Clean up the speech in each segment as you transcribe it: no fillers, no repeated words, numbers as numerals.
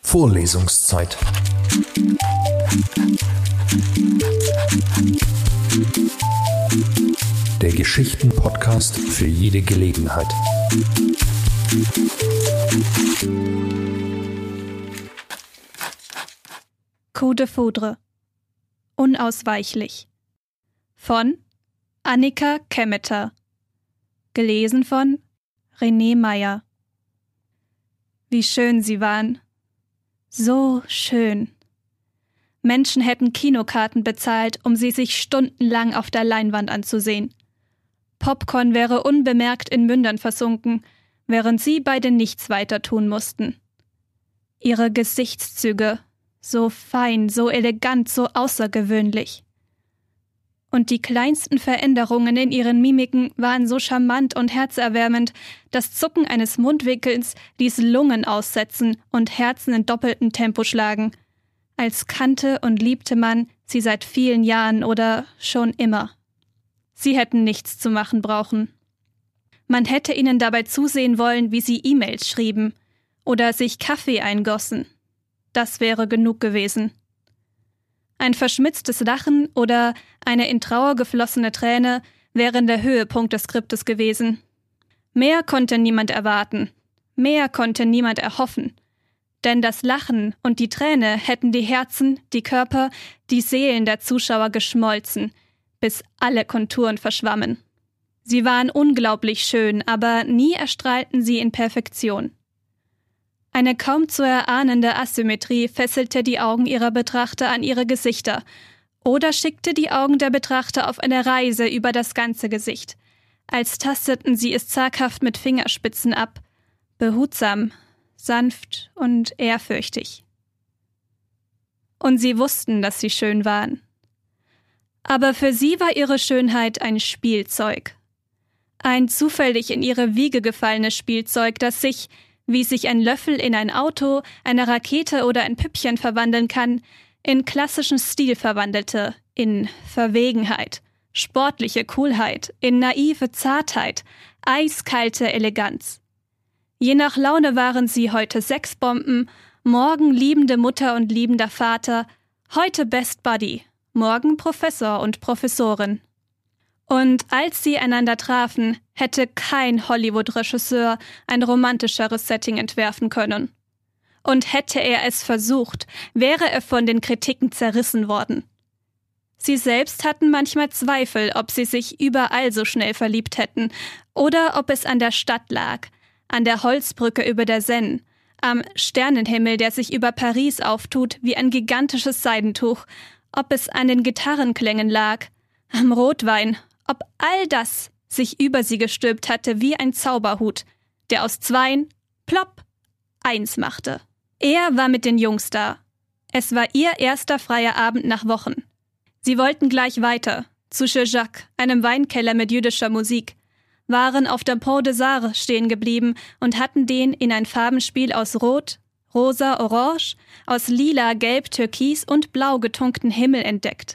Vorlesungszeit. Der Geschichten-Podcast für jede Gelegenheit. Coup de Foudre. Unausweichlich. Von Annika Kemmeter. Gelesen von René Meyer. Wie schön sie waren. So schön. Menschen hätten Kinokarten bezahlt, um sie sich stundenlang auf der Leinwand anzusehen. Popcorn wäre unbemerkt in Mündern versunken, während sie beide nichts weiter tun mussten. Ihre Gesichtszüge, so fein, so elegant, so außergewöhnlich. Und die kleinsten Veränderungen in ihren Mimiken waren so charmant und herzerwärmend, das Zucken eines Mundwinkels ließ Lungen aussetzen und Herzen in doppeltem Tempo schlagen, als kannte und liebte man sie seit vielen Jahren oder schon immer. Sie hätten nichts zu machen brauchen. Man hätte ihnen dabei zusehen wollen, wie sie E-Mails schrieben oder sich Kaffee eingossen. Das wäre genug gewesen. Ein verschmitztes Lachen oder eine in Trauer geflossene Träne wären der Höhepunkt des Skriptes gewesen. Mehr konnte niemand erwarten, mehr konnte niemand erhoffen. Denn das Lachen und die Träne hätten die Herzen, die Körper, die Seelen der Zuschauer geschmolzen, bis alle Konturen verschwammen. Sie waren unglaublich schön, aber nie erstrahlten sie in Perfektion. Eine kaum zu erahnende Asymmetrie fesselte die Augen ihrer Betrachter an ihre Gesichter oder schickte die Augen der Betrachter auf eine Reise über das ganze Gesicht, als tasteten sie es zaghaft mit Fingerspitzen ab, behutsam, sanft und ehrfürchtig. Und sie wussten, dass sie schön waren. Aber für sie war ihre Schönheit ein Spielzeug. Ein zufällig in ihre Wiege gefallenes Spielzeug, das sich, wie sich ein Löffel in ein Auto, eine Rakete oder ein Püppchen verwandeln kann, in klassischen Stil verwandelte, in Verwegenheit, sportliche Coolheit, in naive Zartheit, eiskalte Eleganz. Je nach Laune waren sie heute Sexbomben, morgen liebende Mutter und liebender Vater, heute Best Buddy, morgen Professor und Professorin. Und als sie einander trafen, hätte kein Hollywood-Regisseur ein romantischeres Setting entwerfen können. Und hätte er es versucht, wäre er von den Kritiken zerrissen worden. Sie selbst hatten manchmal Zweifel, ob sie sich überall so schnell verliebt hätten oder ob es an der Stadt lag, an der Holzbrücke über der Seine, am Sternenhimmel, der sich über Paris auftut wie ein gigantisches Seidentuch, ob es an den Gitarrenklängen lag, am Rotwein, ob all das sich über sie gestülpt hatte wie ein Zauberhut, der aus zweien, plopp, eins machte. Er war mit den Jungs da. Es war ihr erster freier Abend nach Wochen. Sie wollten gleich weiter, zu Chez Jacques, einem Weinkeller mit jüdischer Musik, waren auf der Pont des Arts stehen geblieben und hatten den in ein Farbenspiel aus Rot, Rosa, Orange, aus Lila, Gelb, Türkis und Blau getunkten Himmel entdeckt.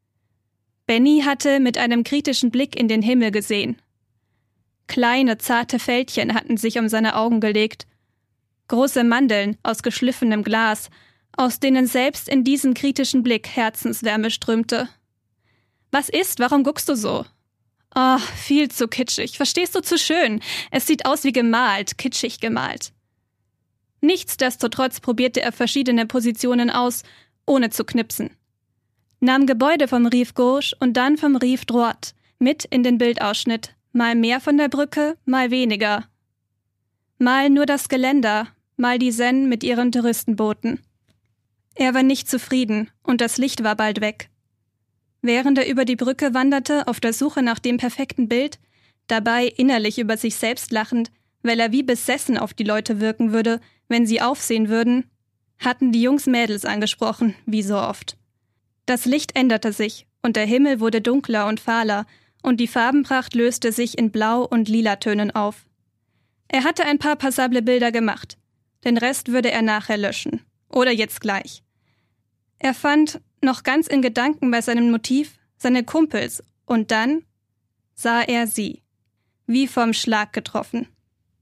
Benny hatte mit einem kritischen Blick in den Himmel gesehen. Kleine, zarte Fältchen hatten sich um seine Augen gelegt. Große Mandeln aus geschliffenem Glas, aus denen selbst in diesem kritischen Blick Herzenswärme strömte. »Was ist? Warum guckst du so?« »Oh, viel zu kitschig. Verstehst du, zu schön. Es sieht aus wie gemalt, kitschig gemalt.« Nichtsdestotrotz probierte er verschiedene Positionen aus, ohne zu knipsen. Nahm Gebäude vom Rive Gauche und dann vom Rive Droite mit in den Bildausschnitt, mal mehr von der Brücke, mal weniger. Mal nur das Geländer, mal die Seine mit ihren Touristenbooten. Er war nicht zufrieden und das Licht war bald weg. Während er über die Brücke wanderte, auf der Suche nach dem perfekten Bild, dabei innerlich über sich selbst lachend, weil er wie besessen auf die Leute wirken würde, wenn sie aufsehen würden, hatten die Jungs Mädels angesprochen, wie so oft. Das Licht änderte sich und der Himmel wurde dunkler und fahler und die Farbenpracht löste sich in Blau- und Lilatönen auf. Er hatte ein paar passable Bilder gemacht. Den Rest würde er nachher löschen. Oder jetzt gleich. Er fand, noch ganz in Gedanken bei seinem Motiv, seine Kumpels und dann sah er sie. Wie vom Schlag getroffen.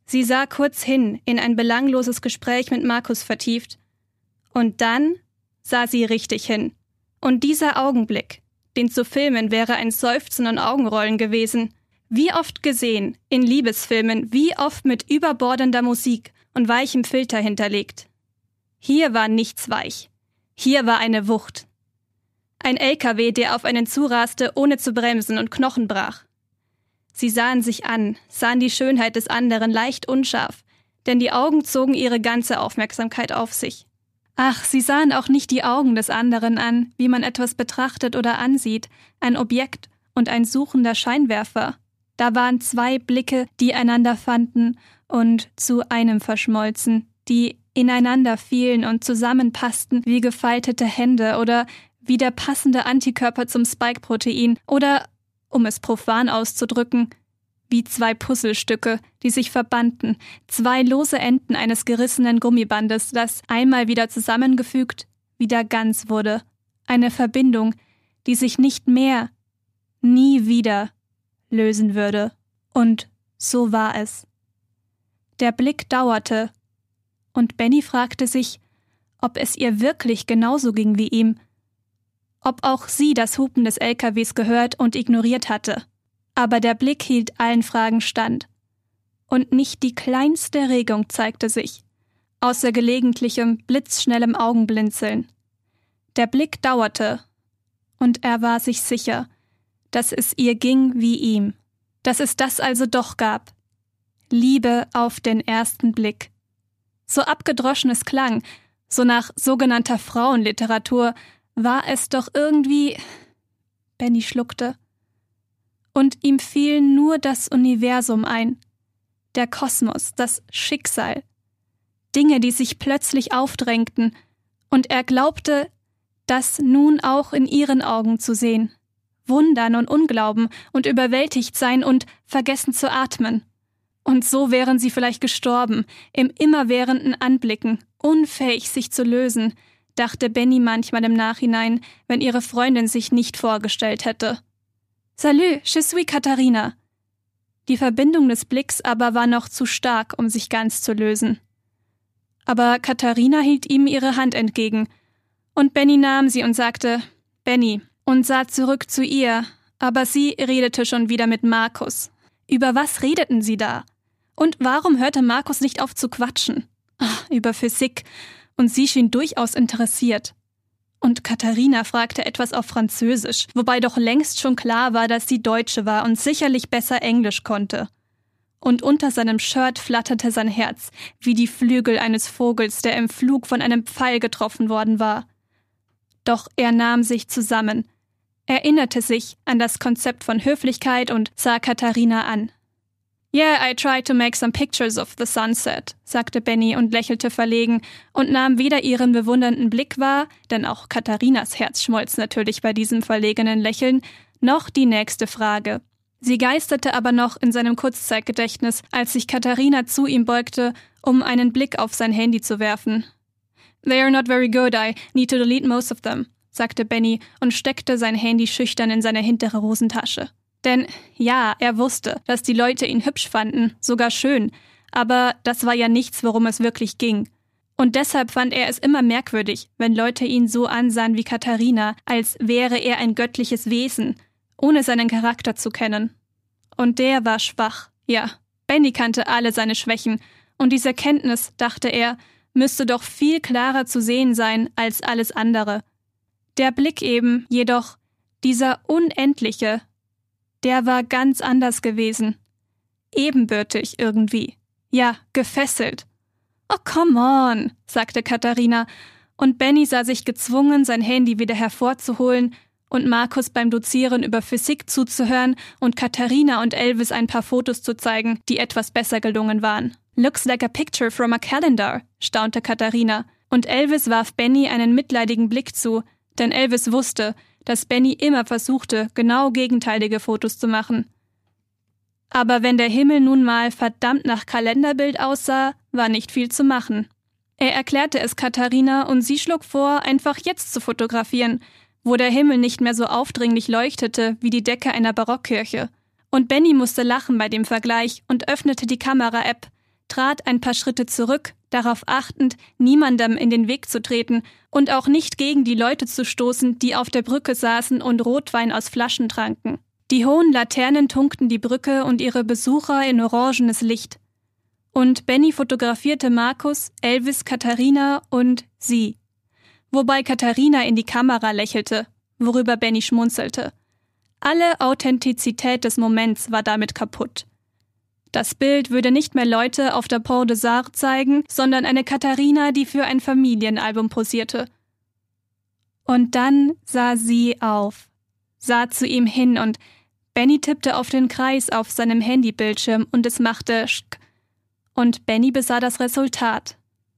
Sie sah kurz hin, in ein belangloses Gespräch mit Markus vertieft. Und dann sah sie richtig hin. Und dieser Augenblick, den zu filmen, wäre ein Seufzen und Augenrollen gewesen. Wie oft gesehen, in Liebesfilmen, wie oft mit überbordender Musik und weichem Filter hinterlegt. Hier war nichts weich. Hier war eine Wucht. Ein LKW, der auf einen zuraste, ohne zu bremsen und Knochen brach. Sie sahen sich an, sahen die Schönheit des anderen leicht unscharf, denn die Augen zogen ihre ganze Aufmerksamkeit auf sich. Ach, sie sahen auch nicht die Augen des anderen an, wie man etwas betrachtet oder ansieht, ein Objekt und ein suchender Scheinwerfer. Da waren zwei Blicke, die einander fanden und zu einem verschmolzen, die ineinander fielen und zusammenpassten wie gefaltete Hände oder wie der passende Antikörper zum Spike-Protein oder, um es profan auszudrücken, wie zwei Puzzlestücke, die sich verbanden, zwei lose Enden eines gerissenen Gummibandes, das einmal wieder zusammengefügt, wieder ganz wurde. Eine Verbindung, die sich nicht mehr, nie wieder lösen würde. Und so war es. Der Blick dauerte, und Benny fragte sich, ob es ihr wirklich genauso ging wie ihm, ob auch sie das Hupen des LKWs gehört und ignoriert hatte. Aber der Blick hielt allen Fragen stand. Und nicht die kleinste Regung zeigte sich, außer gelegentlichem, blitzschnellem Augenblinzeln. Der Blick dauerte, und er war sich sicher, dass es ihr ging wie ihm, dass es das also doch gab. Liebe auf den ersten Blick. So abgedroschen es klang, so nach sogenannter Frauenliteratur, war es doch irgendwie... Benny schluckte. Und ihm fiel nur das Universum ein, der Kosmos, das Schicksal. Dinge, die sich plötzlich aufdrängten, und er glaubte, das nun auch in ihren Augen zu sehen. Wundern und Unglauben und überwältigt sein und vergessen zu atmen. Und so wären sie vielleicht gestorben, im immerwährenden Anblicken, unfähig sich zu lösen, dachte Benny manchmal im Nachhinein, wenn ihre Freundin sich nicht vorgestellt hätte. »Salut, je suis Katharina.« Die Verbindung des Blicks aber war noch zu stark, um sich ganz zu lösen. Aber Katharina hielt ihm ihre Hand entgegen, und Benny nahm sie und sagte »Benny« und sah zurück zu ihr, aber sie redete schon wieder mit Markus. Über was redeten sie da? Und warum hörte Markus nicht auf zu quatschen? Ach, über Physik, und sie schien durchaus interessiert. Und Katharina fragte etwas auf Französisch, wobei doch längst schon klar war, dass sie Deutsche war und sicherlich besser Englisch konnte. Und unter seinem Shirt flatterte sein Herz, wie die Flügel eines Vogels, der im Flug von einem Pfeil getroffen worden war. Doch er nahm sich zusammen, erinnerte sich an das Konzept von Höflichkeit und sah Katharina an. »Yeah, I tried to make some pictures of the sunset«, sagte Benny und lächelte verlegen und nahm weder ihren bewundernden Blick wahr, denn auch Katharinas Herz schmolz natürlich bei diesem verlegenen Lächeln, noch die nächste Frage. Sie geisterte aber noch in seinem Kurzzeitgedächtnis, als sich Katharina zu ihm beugte, um einen Blick auf sein Handy zu werfen. »They are not very good, I need to delete most of them«, sagte Benny und steckte sein Handy schüchtern in seine hintere Hosentasche. Denn ja, er wusste, dass die Leute ihn hübsch fanden, sogar schön, aber das war ja nichts, worum es wirklich ging. Und deshalb fand er es immer merkwürdig, wenn Leute ihn so ansahen wie Katharina, als wäre er ein göttliches Wesen, ohne seinen Charakter zu kennen. Und der war schwach, ja, Benny kannte alle seine Schwächen, und diese Kenntnis, dachte er, müsste doch viel klarer zu sehen sein als alles andere. Der Blick eben, jedoch, dieser unendliche, der war ganz anders gewesen. Ebenbürtig irgendwie. Ja, gefesselt. »Oh, come on«, sagte Katharina, und Benny sah sich gezwungen, sein Handy wieder hervorzuholen und Markus beim Dozieren über Physik zuzuhören und Katharina und Elvis ein paar Fotos zu zeigen, die etwas besser gelungen waren. »Looks like a picture from a calendar«, staunte Katharina, und Elvis warf Benny einen mitleidigen Blick zu, denn Elvis wusste, dass Benny immer versuchte, genau gegenteilige Fotos zu machen. Aber wenn der Himmel nun mal verdammt nach Kalenderbild aussah, war nicht viel zu machen. Er erklärte es Katharina und sie schlug vor, einfach jetzt zu fotografieren, wo der Himmel nicht mehr so aufdringlich leuchtete wie die Decke einer Barockkirche. Und Benny musste lachen bei dem Vergleich und öffnete die Kamera-App, trat ein paar Schritte zurück, darauf achtend, niemandem in den Weg zu treten und auch nicht gegen die Leute zu stoßen, die auf der Brücke saßen und Rotwein aus Flaschen tranken. Die hohen Laternen tunkten die Brücke und ihre Besucher in orangenes Licht. Und Benny fotografierte Markus, Elvis, Katharina und sie. Wobei Katharina in die Kamera lächelte, worüber Benny schmunzelte. Alle Authentizität des Moments war damit kaputt. Das Bild würde nicht mehr Leute auf der Port des Arts zeigen, sondern eine Katharina, die für ein Familienalbum posierte. Und dann sah sie auf, sah zu ihm hin und Benny tippte auf den Kreis auf seinem Handybildschirm und es machte schk. Und Benny besah das Resultat.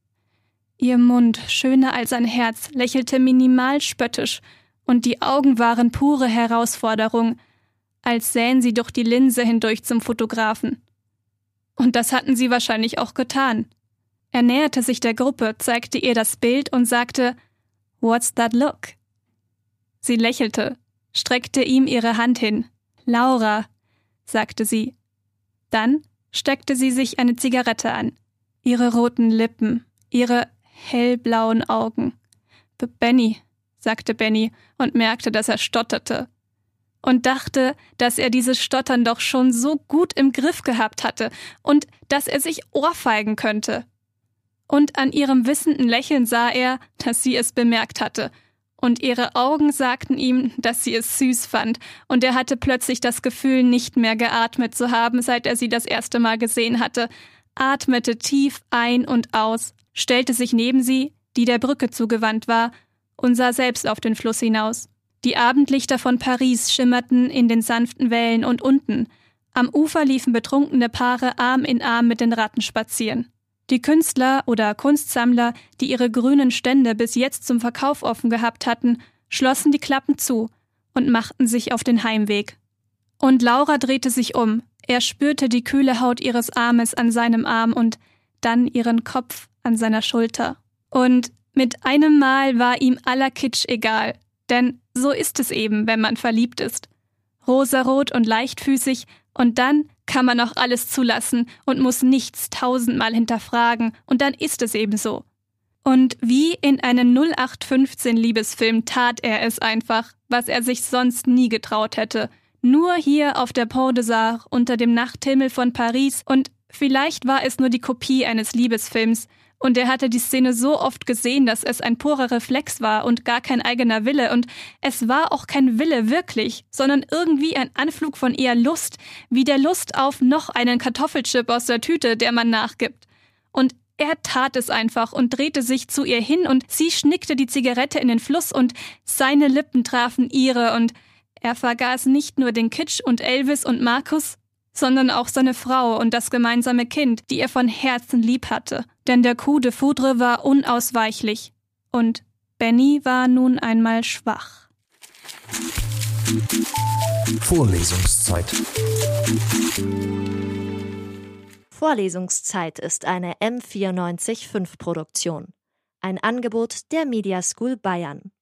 Ihr Mund, schöner als ein Herz, lächelte minimal spöttisch und die Augen waren pure Herausforderung, als sähen sie durch die Linse hindurch zum Fotografen. Und das hatten sie wahrscheinlich auch getan. Er näherte sich der Gruppe, zeigte ihr das Bild und sagte, »What's that look?« Sie lächelte, streckte ihm ihre Hand hin. »Laura«, sagte sie. Dann steckte sie sich eine Zigarette an. Ihre roten Lippen, ihre hellblauen Augen. »Benny«, sagte Benny und merkte, dass er stotterte. Und dachte, dass er dieses Stottern doch schon so gut im Griff gehabt hatte und dass er sich ohrfeigen könnte. Und an ihrem wissenden Lächeln sah er, dass sie es bemerkt hatte. Und ihre Augen sagten ihm, dass sie es süß fand, und er hatte plötzlich das Gefühl, nicht mehr geatmet zu haben, seit er sie das erste Mal gesehen hatte, atmete tief ein und aus, stellte sich neben sie, die der Brücke zugewandt war, und sah selbst auf den Fluss hinaus. Die Abendlichter von Paris schimmerten in den sanften Wellen und unten. Am Ufer liefen betrunkene Paare Arm in Arm mit den Ratten spazieren. Die Künstler oder Kunstsammler, die ihre grünen Stände bis jetzt zum Verkauf offen gehabt hatten, schlossen die Klappen zu und machten sich auf den Heimweg. Und Laura drehte sich um. Er spürte die kühle Haut ihres Armes an seinem Arm und dann ihren Kopf an seiner Schulter. Und mit einem Mal war ihm aller Kitsch egal. Denn so ist es eben, wenn man verliebt ist. Rosarot und leichtfüßig, und dann kann man auch alles zulassen und muss nichts 1000-mal hinterfragen, und dann ist es eben so. Und wie in einem 0815-Liebesfilm tat er es einfach, was er sich sonst nie getraut hätte. Nur hier auf der Port des Arts unter dem Nachthimmel von Paris, und vielleicht war es nur die Kopie eines Liebesfilms, und er hatte die Szene so oft gesehen, dass es ein purer Reflex war und gar kein eigener Wille. Und es war auch kein Wille wirklich, sondern irgendwie ein Anflug von eher Lust, wie der Lust auf noch einen Kartoffelchip aus der Tüte, der man nachgibt. Und er tat es einfach und drehte sich zu ihr hin und sie schnickte die Zigarette in den Fluss und seine Lippen trafen ihre und er vergaß nicht nur den Kitsch und Elvis und Markus, sondern auch seine Frau und das gemeinsame Kind, die er von Herzen lieb hatte. Denn der Coup de foudre war unausweichlich. Und Benny war nun einmal schwach. Vorlesungszeit. Vorlesungszeit ist eine M94.5 Produktion. Ein Angebot der Media School Bayern.